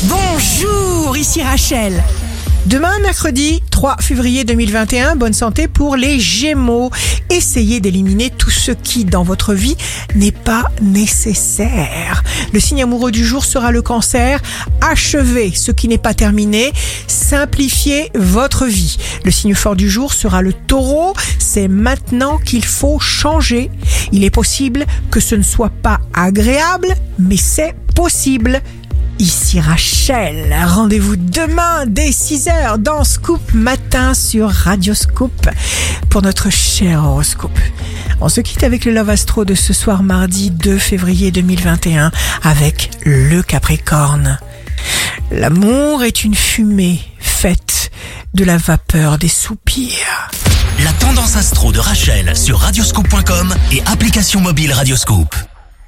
Bonjour, ici Rachel. Demain, mercredi 3 février 2021, bonne santé pour les Gémeaux. Essayez d'éliminer tout ce qui, dans votre vie, n'est pas nécessaire. Le signe amoureux du jour sera le Cancer. Achevez ce qui n'est pas terminé. Simplifiez votre vie. Le signe fort du jour sera le Taureau. C'est maintenant qu'il faut changer. Il est possible que ce ne soit pas agréable, mais c'est possible. Ici Rachel, rendez-vous demain dès 6h dans Scoop Matin sur Radio Scoop pour notre cher horoscope. On se quitte avec le Love Astro de ce soir mardi 2 février 2021 avec le Capricorne. L'amour est une fumée faite de la vapeur des soupirs. La tendance astro de Rachel sur radioscoop.com et application mobile Radioscoop.